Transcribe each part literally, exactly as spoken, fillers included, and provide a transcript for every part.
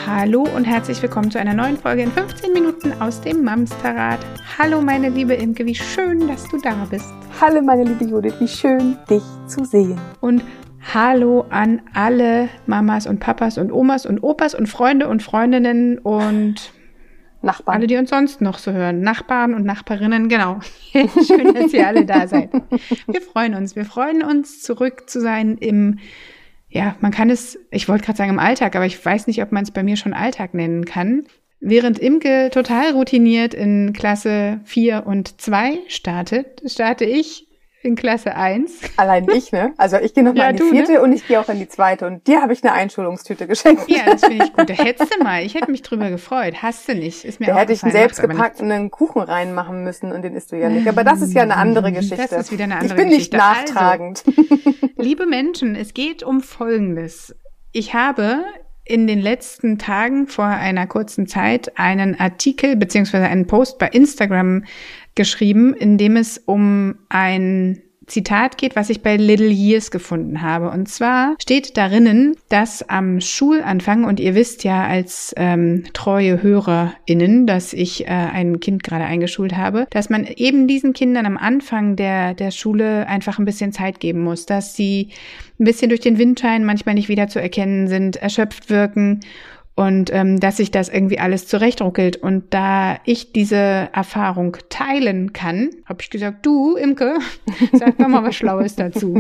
Hallo und herzlich willkommen zu einer neuen Folge in fünfzehn Minuten aus dem Mamsterrad. Hallo meine liebe Imke, wie schön, dass du da bist. Hallo meine liebe Judith, wie schön, dich zu sehen. Und hallo an alle Mamas und Papas und Omas und Opas und Freunde und Freundinnen und Nachbarn. Alle, die uns sonst noch so hören. Nachbarn und Nachbarinnen, genau. Schön, dass ihr alle da seid. Wir freuen uns. Wir freuen uns, zurück zu sein im, ja, man kann es, ich wollte gerade sagen im Alltag, aber ich weiß nicht, ob man es bei mir schon Alltag nennen kann. Während Imke total routiniert in Klasse vier und zwei startet, starte ich in Klasse eins. Allein ich, ne? Also ich gehe nochmal Ja, in die du, vierte ne? und ich gehe auch in die zweite. Und dir habe ich eine Einschulungstüte geschenkt. Ja, das finde ich gut. Da hättest du mal. Ich hätte mich drüber gefreut. Hast du nicht. Ist mir Da hätte ich einen aufgefallen, macht's aber selbstgebackenen Kuchen reinmachen müssen und den isst du ja nicht. Aber das ist ja eine andere Geschichte. Das ist wieder eine andere Ich bin Geschichte. nicht nachtragend. Also, liebe Menschen, es geht um Folgendes. Ich habe in den letzten Tagen vor einer kurzen Zeit einen Artikel beziehungsweise einen Post bei Instagram geschrieben, in dem es um ein Zitat geht, was ich bei Little Years gefunden habe. Und zwar steht darinnen, dass am Schulanfang, und ihr wisst ja als ähm, treue HörerInnen, dass ich äh, ein Kind gerade eingeschult habe, dass man eben diesen Kindern am Anfang der, der Schule einfach ein bisschen Zeit geben muss, dass sie ein bisschen durch den Wind scheinen, manchmal nicht wieder zu erkennen sind, erschöpft wirken. Und ähm, dass sich das irgendwie alles zurechtruckelt. Und da ich diese Erfahrung teilen kann, habe ich gesagt, du, Imke, sag doch mal was Schlaues dazu.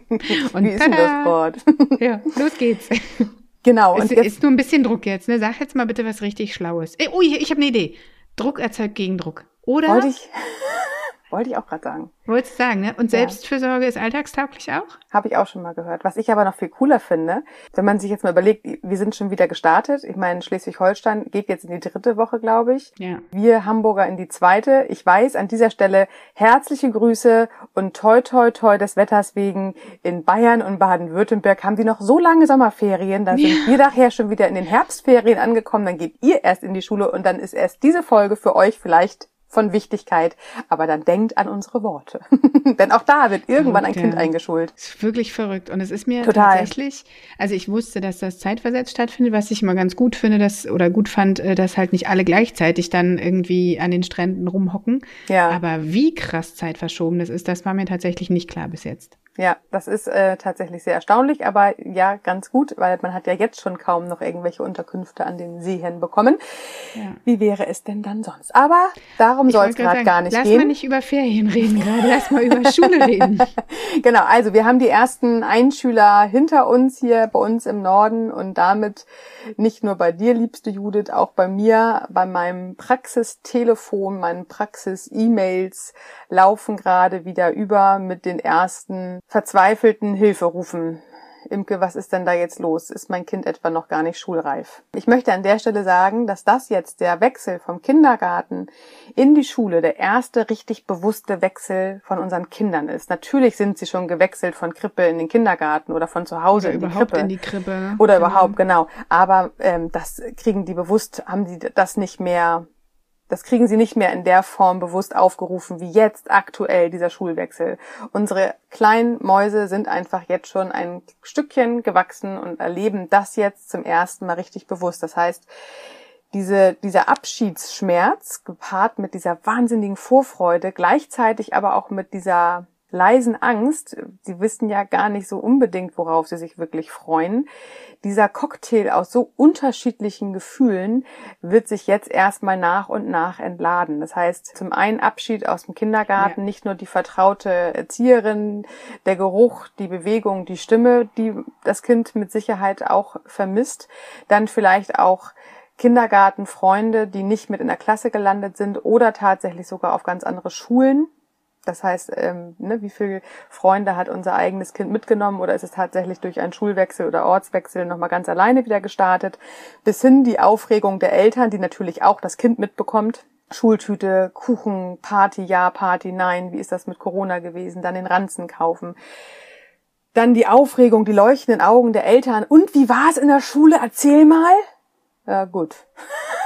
Und wie ist denn das Wort? Ja, los geht's. Genau. Es und jetzt ist nur ein bisschen Druck jetzt, ne? Sag jetzt mal bitte was richtig Schlaues. Ey, ui, ich habe eine Idee. Druck erzeugt Gegendruck. Oder? wollte ich, wollte ich auch gerade sagen. Wolltest du sagen, ne? Und Selbstfürsorge ist alltagstauglich auch? Habe ich auch schon mal gehört. Was ich aber noch viel cooler finde, wenn man sich jetzt mal überlegt, wir sind schon wieder gestartet. Ich meine, Schleswig-Holstein geht jetzt in die dritte Woche, glaube ich. Ja. Wir Hamburger in die zweite. Ich weiß, an dieser Stelle herzliche Grüße und toi, toi, toi des Wetters wegen. In Bayern und Baden-Württemberg haben die noch so lange Sommerferien. Da sind Ja. wir nachher schon wieder in den Herbstferien angekommen. Dann geht ihr erst in die Schule und dann ist erst diese Folge für euch vielleicht von Wichtigkeit, aber dann denkt an unsere Worte. Denn auch da wird irgendwann ein Verrückt, Kind ja. eingeschult. Das ist wirklich verrückt. Und es ist mir Total. tatsächlich, also ich wusste, dass das zeitversetzt stattfindet, was ich immer ganz gut finde, dass, oder gut fand, äh, dass halt nicht alle gleichzeitig dann irgendwie an den Stränden rumhocken. Ja. Aber wie krass zeitverschoben das ist, das war mir tatsächlich nicht klar bis jetzt. Ja, das ist äh, tatsächlich sehr erstaunlich, aber ja, ganz gut, weil man hat ja jetzt schon kaum noch irgendwelche Unterkünfte an den Seen bekommen. Ja. Wie wäre es denn dann sonst? Aber darum soll es wollte gerade gar nicht lass gehen. Lass mal nicht über Ferien reden gerade, lass mal über Schule reden. Genau, also wir haben die ersten Einschüler hinter uns hier bei uns im Norden und damit nicht nur bei dir, liebste Judith, auch bei mir, bei meinem Praxistelefon, meinen Praxis-E-Mails laufen gerade wieder über mit den ersten verzweifelten Hilferufen. Imke, was ist denn da jetzt los? Ist mein Kind etwa noch gar nicht schulreif? Ich möchte an der Stelle sagen, dass das jetzt der Wechsel vom Kindergarten in die Schule der erste richtig bewusste Wechsel von unseren Kindern ist. Natürlich sind sie schon gewechselt von Krippe in den Kindergarten oder von zu Hause Oder in die überhaupt Krippe. in die Krippe. Ne? Oder Genau. überhaupt, genau. Aber ähm, das kriegen die bewusst, haben die das nicht mehr... Das kriegen sie nicht mehr in der Form bewusst aufgerufen, wie jetzt aktuell dieser Schulwechsel. Unsere kleinen Mäuse sind einfach jetzt schon ein Stückchen gewachsen und erleben das jetzt zum ersten Mal richtig bewusst. Das heißt, diese, dieser Abschiedsschmerz gepaart mit dieser wahnsinnigen Vorfreude, gleichzeitig aber auch mit dieser leisen Angst, sie wissen ja gar nicht so unbedingt, worauf sie sich wirklich freuen. Dieser Cocktail aus so unterschiedlichen Gefühlen wird sich jetzt erstmal nach und nach entladen. Das heißt, zum einen Abschied aus dem Kindergarten, Ja. nicht nur die vertraute Erzieherin, der Geruch, die Bewegung, die Stimme, die das Kind mit Sicherheit auch vermisst, dann vielleicht auch Kindergartenfreunde, die nicht mit in der Klasse gelandet sind oder tatsächlich sogar auf ganz andere Schulen. Das heißt, ähm, ne, wie viele Freunde hat unser eigenes Kind mitgenommen oder ist es tatsächlich durch einen Schulwechsel oder Ortswechsel nochmal ganz alleine wieder gestartet? Bis hin die Aufregung der Eltern, die natürlich auch das Kind mitbekommt. Schultüte, Kuchen, Party, ja, Party, nein, wie ist das mit Corona gewesen? Dann den Ranzen kaufen. Dann die Aufregung, die leuchtenden Augen der Eltern. Und wie war es in der Schule? Erzähl mal. Ja, gut.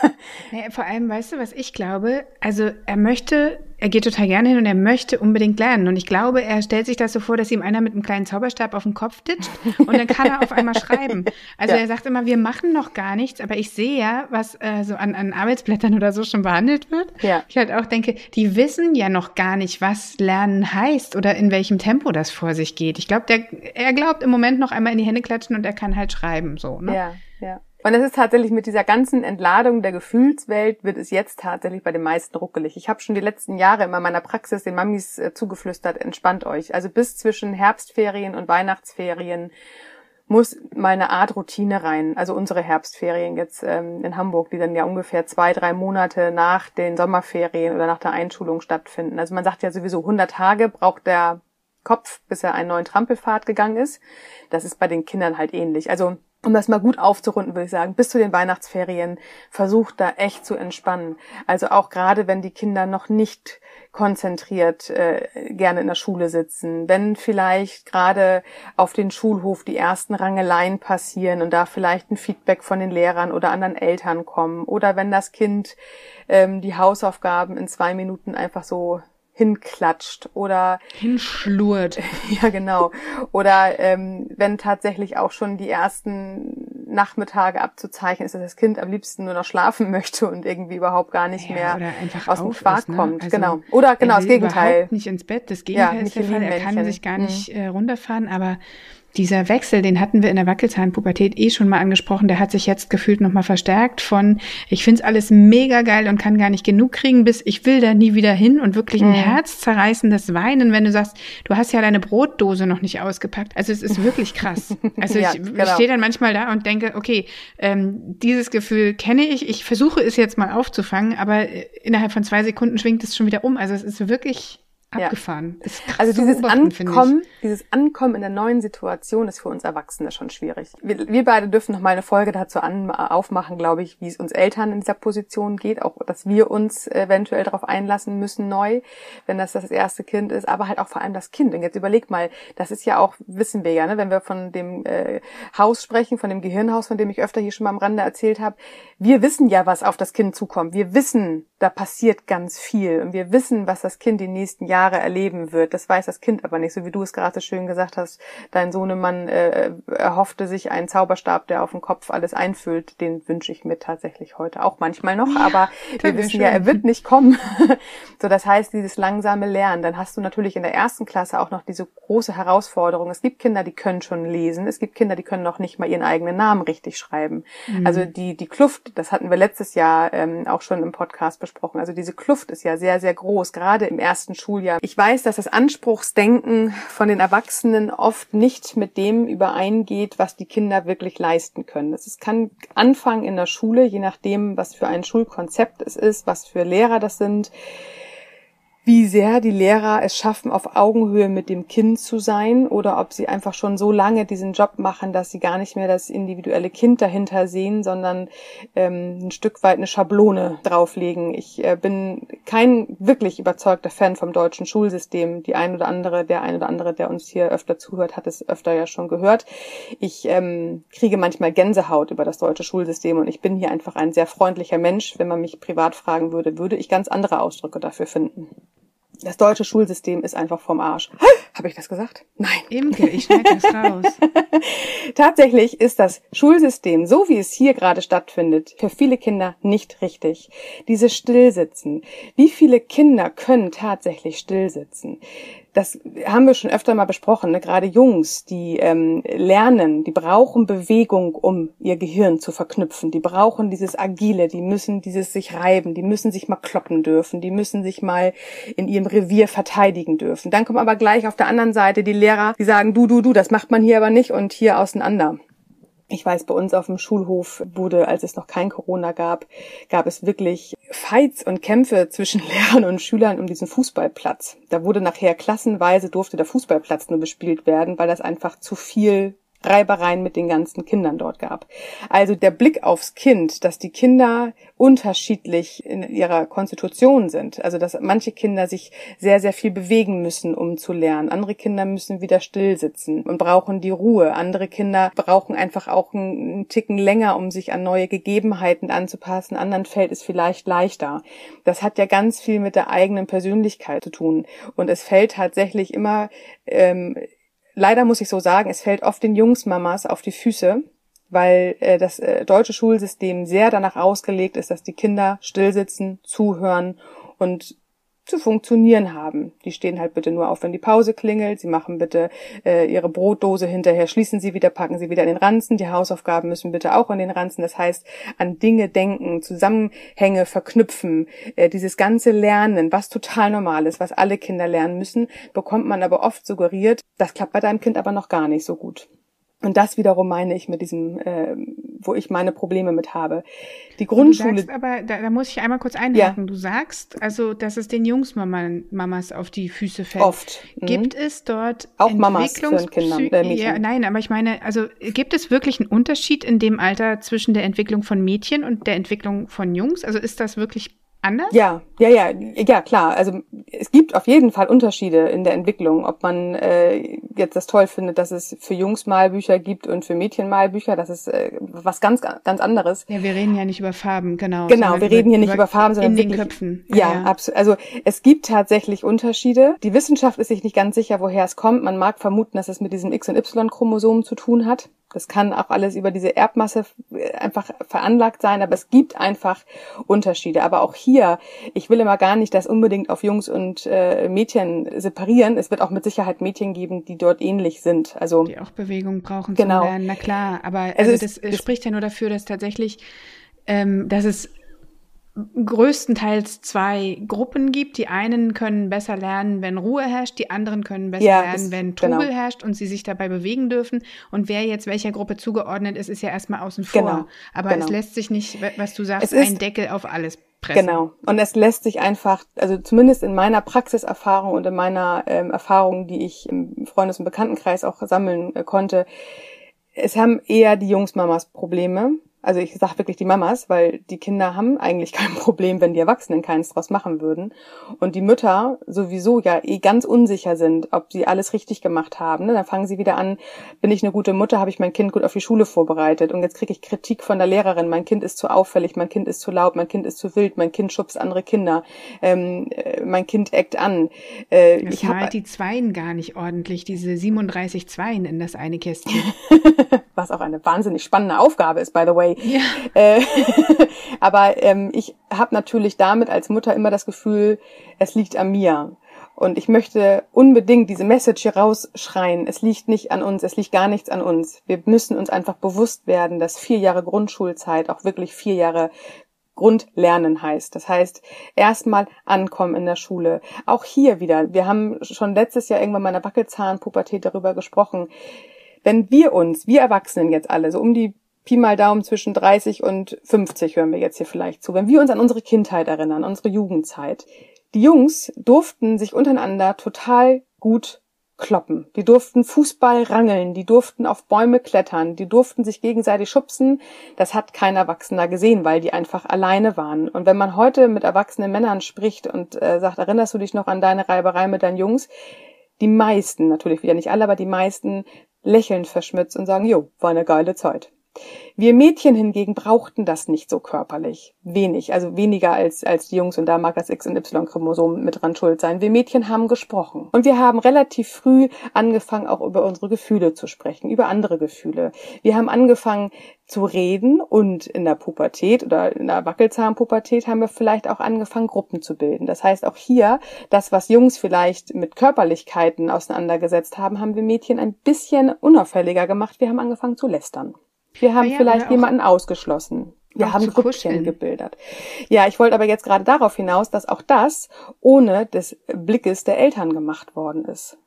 Ja, vor allem, weißt du, was ich glaube? Also er möchte, er geht total gerne hin und er möchte unbedingt lernen. Und ich glaube, er stellt sich das so vor, dass ihm einer mit einem kleinen Zauberstab auf den Kopf ditcht und dann kann er auf einmal schreiben. Also ja. Er sagt immer, wir machen noch gar nichts, aber ich sehe ja, was äh, so an, an Arbeitsblättern oder so schon behandelt wird. Ja. Ich halt auch denke, die wissen ja noch gar nicht, was Lernen heißt oder in welchem Tempo das vor sich geht. Ich glaube, der, er glaubt im Moment noch einmal in die Hände klatschen und er kann halt schreiben, so, ne? Ja, ja. Und es ist tatsächlich mit dieser ganzen Entladung der Gefühlswelt wird es jetzt tatsächlich bei den meisten ruckelig. Ich habe schon die letzten Jahre immer in meiner Praxis den Mamis äh, zugeflüstert, entspannt euch. Also bis zwischen Herbstferien und Weihnachtsferien muss mal eine Art Routine rein. Also unsere Herbstferien jetzt ähm, in Hamburg, die dann ja ungefähr zwei, drei Monate nach den Sommerferien oder nach der Einschulung stattfinden. Also man sagt ja sowieso, hundert Tage braucht der Kopf, bis er einen neuen Trampelpfad gegangen ist. Das ist bei den Kindern halt ähnlich. Also um das mal gut aufzurunden, würde ich sagen, bis zu den Weihnachtsferien versucht da echt zu entspannen. Also auch gerade, wenn die Kinder noch nicht konzentriert äh, gerne in der Schule sitzen, wenn vielleicht gerade auf den Schulhof die ersten Rangeleien passieren und da vielleicht ein Feedback von den Lehrern oder anderen Eltern kommen oder wenn das Kind ähm, die Hausaufgaben in zwei Minuten einfach so hinklatscht oder hinschlurrt. Ja, genau. Oder ähm, wenn tatsächlich auch schon die ersten Nachmittage abzuzeichnen ist, dass das Kind am liebsten nur noch schlafen möchte und irgendwie überhaupt gar nicht ja, mehr aus dem Quark ist, ne? kommt. Also genau. Oder genau das Gegenteil. Überhaupt nicht ins Bett. Das Gegenteil ja, ist der Fall. Er kann sich gar nicht mhm. äh, runterfahren, aber dieser Wechsel, den hatten wir in der Wackelzahnpubertät eh schon mal angesprochen, der hat sich jetzt gefühlt nochmal verstärkt von, ich find's alles mega geil und kann gar nicht genug kriegen, bis ich will da nie wieder hin und wirklich ein mhm. herzzerreißendes Weinen, wenn du sagst, du hast ja deine Brotdose noch nicht ausgepackt. Also es ist wirklich krass. Also ja, ich, genau. ich stehe dann manchmal da und denke, okay, ähm, dieses Gefühl kenne ich, ich versuche es jetzt mal aufzufangen, aber innerhalb von zwei Sekunden schwingt es schon wieder um. Also es ist wirklich abgefahren. Ja. Ist krass also dieses Ankommen, dieses Ankommen in der neuen Situation ist für uns Erwachsene schon schwierig. Wir, wir beide dürfen noch mal eine Folge dazu an, aufmachen, glaube ich, wie es uns Eltern in dieser Position geht, auch, dass wir uns eventuell darauf einlassen müssen neu, wenn das das erste Kind ist, aber halt auch vor allem das Kind. Und jetzt überleg mal, das ist ja auch, wissen wir ja, ne, wenn wir von dem äh, Haus sprechen, von dem Gehirnhaus, von dem ich öfter hier schon mal am Rande erzählt habe, wir wissen ja, was auf das Kind zukommt. Wir wissen, da passiert ganz viel und wir wissen, was das Kind die nächsten Jahre erleben wird. Das weiß das Kind aber nicht, so wie du es gerade schön gesagt hast. Dein Sohnemann äh, erhoffte sich einen Zauberstab, der auf dem Kopf alles einfüllt. Den wünsche ich mir tatsächlich heute auch manchmal noch, aber ja, wir wissen schön. ja, er wird nicht kommen. So, das heißt, dieses langsame Lernen. Dann hast du natürlich in der ersten Klasse auch noch diese große Herausforderung. Es gibt Kinder, die können schon lesen. Es gibt Kinder, die können noch nicht mal ihren eigenen Namen richtig schreiben. Mhm. Also die die Kluft, das hatten wir letztes Jahr ähm, auch schon im Podcast besprochen. Also diese Kluft ist ja sehr, sehr groß, gerade im ersten Schuljahr. Ich weiß, dass das Anspruchsdenken von den Erwachsenen oft nicht mit dem übereingeht, was die Kinder wirklich leisten können. Es kann anfangen in der Schule, je nachdem, was für ein Schulkonzept es ist, was für Lehrer das sind, wie sehr die Lehrer es schaffen, auf Augenhöhe mit dem Kind zu sein oder ob sie einfach schon so lange diesen Job machen, dass sie gar nicht mehr das individuelle Kind dahinter sehen, sondern ähm, ein Stück weit eine Schablone drauflegen. Ich äh, bin kein wirklich überzeugter Fan vom deutschen Schulsystem. Die ein oder andere, der ein oder andere, der uns hier öfter zuhört, hat es öfter ja schon gehört. Ich ähm, kriege manchmal Gänsehaut über das deutsche Schulsystem und ich bin hier einfach ein sehr freundlicher Mensch. Wenn man mich privat fragen würde, würde ich ganz andere Ausdrücke dafür finden. Das deutsche Schulsystem ist einfach vom Arsch. Habe ich das gesagt? Nein. Imke, ich schneide das raus. Tatsächlich ist das Schulsystem, so wie es hier gerade stattfindet, für viele Kinder nicht richtig. Dieses Stillsitzen. Wie viele Kinder können tatsächlich stillsitzen? Das haben wir schon öfter mal besprochen, ne? Gerade Jungs, die ähm, lernen, die brauchen Bewegung, um ihr Gehirn zu verknüpfen. Die brauchen dieses Agile, die müssen dieses sich reiben, die müssen sich mal kloppen dürfen, die müssen sich mal in ihrem Revier verteidigen dürfen. Dann kommen aber gleich auf der anderen Seite die Lehrer, die sagen, du, du, du, das macht man hier aber nicht und hier auseinander. Ich weiß, bei uns auf dem Schulhof wurde, als es noch kein Corona gab, gab es wirklich Fights und Kämpfe zwischen Lehrern und Schülern um diesen Fußballplatz. Da wurde nachher klassenweise, durfte der Fußballplatz nur bespielt werden, weil das einfach zu viel Reibereien mit den ganzen Kindern dort gab. Also der Blick aufs Kind, dass die Kinder unterschiedlich in ihrer Konstitution sind. Also dass manche Kinder sich sehr, sehr viel bewegen müssen, um zu lernen. Andere Kinder müssen wieder still sitzen und brauchen die Ruhe. Andere Kinder brauchen einfach auch einen Ticken länger, um sich an neue Gegebenheiten anzupassen. Anderen fällt es vielleicht leichter. Das hat ja ganz viel mit der eigenen Persönlichkeit zu tun. Und es fällt tatsächlich immer... Ähm, Leider muss ich so sagen, es fällt oft den Jungsmamas auf die Füße, weil äh, das äh, deutsche Schulsystem sehr danach ausgelegt ist, dass die Kinder stillsitzen, zuhören und zu funktionieren haben. Die stehen halt bitte nur auf, wenn die Pause klingelt. Sie machen bitte äh, ihre Brotdose hinterher, schließen sie wieder, packen sie wieder in den Ranzen. Die Hausaufgaben müssen bitte auch in den Ranzen. Das heißt, an Dinge denken, Zusammenhänge verknüpfen, äh, dieses ganze Lernen, was total normal ist, was alle Kinder lernen müssen, bekommt man aber oft suggeriert, das klappt bei deinem Kind aber noch gar nicht so gut. Und das wiederum meine ich mit diesem, äh, wo ich meine Probleme mit habe. Die Grundschule. Du sagst aber, da, da muss ich einmal kurz einhaken. Ja. Du sagst, also, dass es den Jungsmamas auf die Füße fällt. Oft. Mhm. Gibt es dort auch Mamas für Kinder, äh, Mädchen? Ja, nein, aber ich meine, also gibt es wirklich einen Unterschied in dem Alter zwischen der Entwicklung von Mädchen und der Entwicklung von Jungs? Also ist das wirklich anders? Ja, ja, ja, ja, klar. Also es gibt auf jeden Fall Unterschiede in der Entwicklung. Ob man äh, jetzt das toll findet, dass es für Jungs Malbücher gibt und für Mädchen Malbücher, das ist äh, was ganz, ganz anderes. Ja, wir reden ja nicht über Farben, genau. Genau, wir reden hier nicht über Farben, sondern in wirklich, den Köpfen. Ja, ja. absolut. Also es gibt tatsächlich Unterschiede. Die Wissenschaft ist sich nicht ganz sicher, woher es kommt. Man mag vermuten, dass es mit diesem X- und Y-Chromosom zu tun hat. Das kann auch alles über diese Erbmasse einfach veranlagt sein, aber es gibt einfach Unterschiede. Aber auch hier, ich will immer gar nicht das unbedingt auf Jungs und äh, Mädchen separieren. Es wird auch mit Sicherheit Mädchen geben, die dort ähnlich sind. Also die auch Bewegung brauchen genau. zum Lernen, na klar. Aber also, also das, das spricht ja nur dafür, dass tatsächlich, ähm, dass es größtenteils zwei Gruppen gibt. Die einen können besser lernen, wenn Ruhe herrscht, die anderen können besser ja, lernen, ist, wenn Trubel genau. herrscht und sie sich dabei bewegen dürfen. Und wer jetzt welcher Gruppe zugeordnet ist, ist ja erstmal außen vor. Genau, Aber genau. es lässt sich nicht, was du sagst, es ist, ein Deckel auf alles pressen. Genau. Und es lässt sich einfach, also zumindest in meiner Praxiserfahrung und in meiner ähm, Erfahrung, die ich im Freundes- und Bekanntenkreis auch sammeln äh, konnte, es haben eher die Jungsmamas Probleme. Also ich sage wirklich die Mamas, weil die Kinder haben eigentlich kein Problem, wenn die Erwachsenen keins draus machen würden. Und die Mütter sowieso ja eh ganz unsicher sind, ob sie alles richtig gemacht haben. Dann fangen sie wieder an, bin ich eine gute Mutter, habe ich mein Kind gut auf die Schule vorbereitet. Und jetzt kriege ich Kritik von der Lehrerin, mein Kind ist zu auffällig, mein Kind ist zu laut, mein Kind ist zu wild, mein Kind schubst andere Kinder, ähm, mein Kind eckt an. Äh, das ich malt hab, die Zweien gar nicht ordentlich, diese siebenunddreißig Zweien in das eine Kästchen. Was auch eine wahnsinnig spannende Aufgabe ist, by the way. Ja. Äh, aber ähm, ich habe natürlich damit als Mutter immer das Gefühl, es liegt an mir. Und ich möchte unbedingt diese Message hier rausschreien. Es liegt nicht an uns, es liegt gar nichts an uns. Wir müssen uns einfach bewusst werden, dass vier Jahre Grundschulzeit auch wirklich vier Jahre Grundlernen heißt. Das heißt, erstmal ankommen in der Schule. Auch hier wieder, wir haben schon letztes Jahr irgendwann mal in der Wackelzahnpubertät darüber gesprochen. Wenn wir uns, wir Erwachsenen jetzt alle, so um die Pi mal Daumen zwischen dreißig und fünfzig hören wir jetzt hier vielleicht zu, wenn wir uns an unsere Kindheit erinnern, unsere Jugendzeit. Die Jungs durften sich untereinander total gut kloppen. Die durften Fußball rangeln, die durften auf Bäume klettern, die durften sich gegenseitig schubsen. Das hat kein Erwachsener gesehen, weil die einfach alleine waren. Und wenn man heute mit erwachsenen Männern spricht und äh, sagt, erinnerst du dich noch an deine Reiberei mit deinen Jungs? Die meisten, natürlich wieder nicht alle, aber die meisten lächeln verschmitzt und sagen, jo, war eine geile Zeit. Wir Mädchen hingegen brauchten das nicht so körperlich. Wenig, also weniger als als die Jungs, und da mag das X- und Y-Chromosom mit dran schuld sein. Wir Mädchen haben gesprochen. Und wir haben relativ früh angefangen, auch über unsere Gefühle zu sprechen, über andere Gefühle. Wir haben angefangen zu reden, und in der Pubertät oder in der Wackelzahnpubertät haben wir vielleicht auch angefangen, Gruppen zu bilden. Das heißt, auch hier, das, was Jungs vielleicht mit Körperlichkeiten auseinandergesetzt haben, haben wir Mädchen ein bisschen unauffälliger gemacht. Wir haben angefangen zu lästern. Wir haben ja, vielleicht jemanden ausgeschlossen. Wir haben Grüppchen gebildet. Ja, ich wollte aber jetzt gerade darauf hinaus, dass auch das ohne des Blickes der Eltern gemacht worden ist.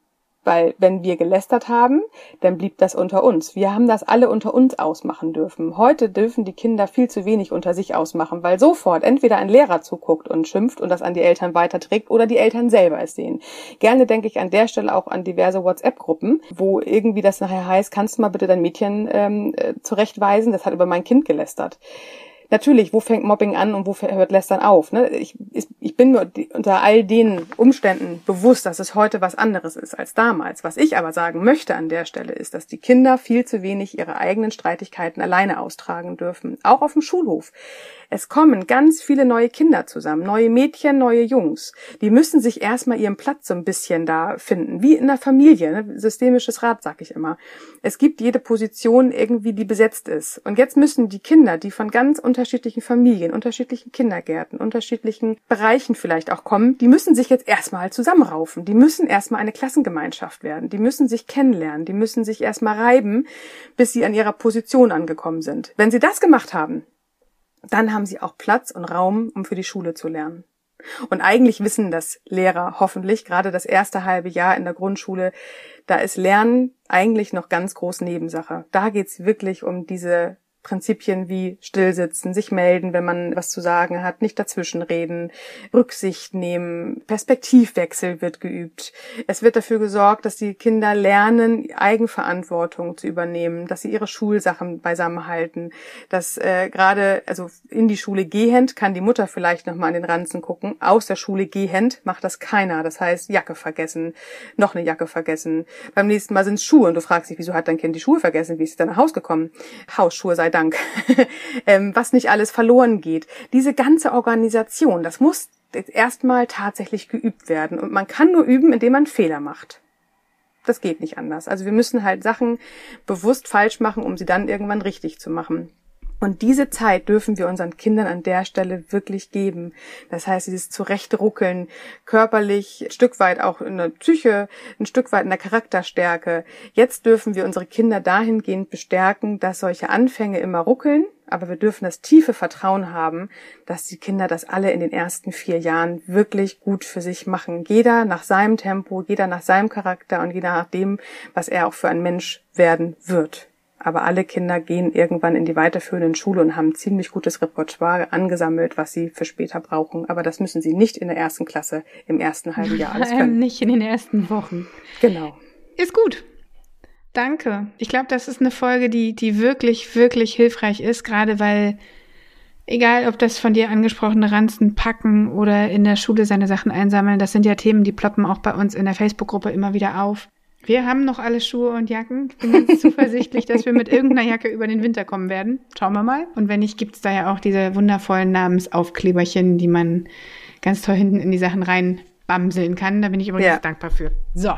Weil wenn wir gelästert haben, dann blieb das unter uns. Wir haben das alle unter uns ausmachen dürfen. Heute dürfen die Kinder viel zu wenig unter sich ausmachen, weil sofort entweder ein Lehrer zuguckt und schimpft und das an die Eltern weiterträgt oder die Eltern selber es sehen. Gerne denke ich an der Stelle auch an diverse WhatsApp-Gruppen, wo irgendwie das nachher heißt, kannst du mal bitte dein Mädchen ähm, zurechtweisen, das hat über mein Kind gelästert. Natürlich, wo fängt Mobbing an und wo hört Lästern auf? Ne? Ich, ich bin mir unter all den Umständen bewusst, dass es heute was anderes ist als damals. Was ich aber sagen möchte an der Stelle ist, dass die Kinder viel zu wenig ihre eigenen Streitigkeiten alleine austragen dürfen. Auch auf dem Schulhof. Es kommen ganz viele neue Kinder zusammen, neue Mädchen, neue Jungs. Die müssen sich erstmal ihren Platz so ein bisschen da finden, wie in der Familie, ne? Systemisches Rad, sag ich immer. Es gibt jede Position irgendwie, die besetzt ist. Und jetzt müssen die Kinder, die von ganz unterschiedlichen Familien, unterschiedlichen Kindergärten, unterschiedlichen Bereichen vielleicht auch kommen, die müssen sich jetzt erstmal zusammenraufen. Die müssen erstmal eine Klassengemeinschaft werden. Die müssen sich kennenlernen. Die müssen sich erstmal reiben, bis sie an ihrer Position angekommen sind. Wenn sie das gemacht haben, dann haben sie auch Platz und Raum, um für die Schule zu lernen. Und eigentlich wissen das Lehrer hoffentlich, gerade das erste halbe Jahr in der Grundschule, da ist Lernen eigentlich noch ganz groß Nebensache. Da geht's wirklich um diese Prinzipien wie stillsitzen, sich melden, wenn man was zu sagen hat, nicht dazwischenreden, Rücksicht nehmen, Perspektivwechsel wird geübt. Es wird dafür gesorgt, dass die Kinder lernen, Eigenverantwortung zu übernehmen, dass sie ihre Schulsachen beisammen halten, dass äh, gerade, also in die Schule gehend kann die Mutter vielleicht nochmal an den Ranzen gucken, aus der Schule gehend macht das keiner. Das heißt, Jacke vergessen, noch eine Jacke vergessen. Beim nächsten Mal sind es Schuhe und du fragst dich, wieso hat dein Kind die Schuhe vergessen? Wie ist es dann nach Hause gekommen? Hausschuhe sei Dank. ähm, was nicht alles verloren geht. Diese ganze Organisation, das muss jetzt erstmal tatsächlich geübt werden. Und man kann nur üben, indem man Fehler macht. Das geht nicht anders. Also wir müssen halt Sachen bewusst falsch machen, um sie dann irgendwann richtig zu machen. Und diese Zeit dürfen wir unseren Kindern an der Stelle wirklich geben. Das heißt, dieses Zurechtruckeln, körperlich, ein Stück weit auch in der Psyche, ein Stück weit in der Charakterstärke. Jetzt dürfen wir unsere Kinder dahingehend bestärken, dass solche Anfänge immer ruckeln. Aber wir dürfen das tiefe Vertrauen haben, dass die Kinder das alle in den ersten vier Jahren wirklich gut für sich machen. Jeder nach seinem Tempo, jeder nach seinem Charakter und jeder nach dem, was er auch für ein Mensch werden wird. Aber alle Kinder gehen irgendwann in die weiterführenden Schule und haben ziemlich gutes Repertoire angesammelt, was sie für später brauchen. Aber das müssen sie nicht in der ersten Klasse, im ersten halben Jahr alles können. Nicht in den ersten Wochen. Genau. Ist gut. Danke. Ich glaube, das ist eine Folge, die, die wirklich, wirklich hilfreich ist, gerade weil, egal ob das von dir angesprochene Ranzen packen oder in der Schule seine Sachen einsammeln, das sind ja Themen, die ploppen auch bei uns in der Facebook-Gruppe immer wieder auf. Wir haben noch alle Schuhe und Jacken. Ich bin ganz zuversichtlich, dass wir mit irgendeiner Jacke über den Winter kommen werden. Schauen wir mal. Und wenn nicht, gibt's da ja auch diese wundervollen Namensaufkleberchen, die man ganz toll hinten in die Sachen reinbamseln kann. Da bin ich übrigens ja. dankbar für. So.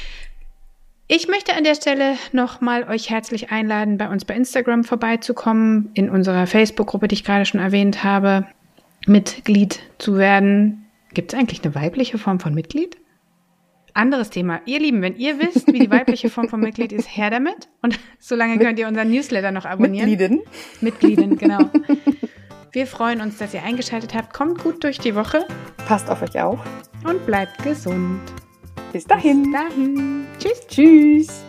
Ich möchte an der Stelle nochmal euch herzlich einladen, bei uns bei Instagram vorbeizukommen, in unserer Facebook-Gruppe, die ich gerade schon erwähnt habe, Mitglied zu werden. Gibt es eigentlich eine weibliche Form von Mitglied? Anderes Thema. Ihr Lieben, wenn ihr wisst, wie die weibliche Form von Mitglied ist, her damit. Und solange könnt ihr unseren Newsletter noch abonnieren. Mitglieden. Mitglieden, genau. Wir freuen uns, dass ihr eingeschaltet habt. Kommt gut durch die Woche. Passt auf euch auf. Und bleibt gesund. Bis dahin. Bis dahin. Tschüss. Tschüss.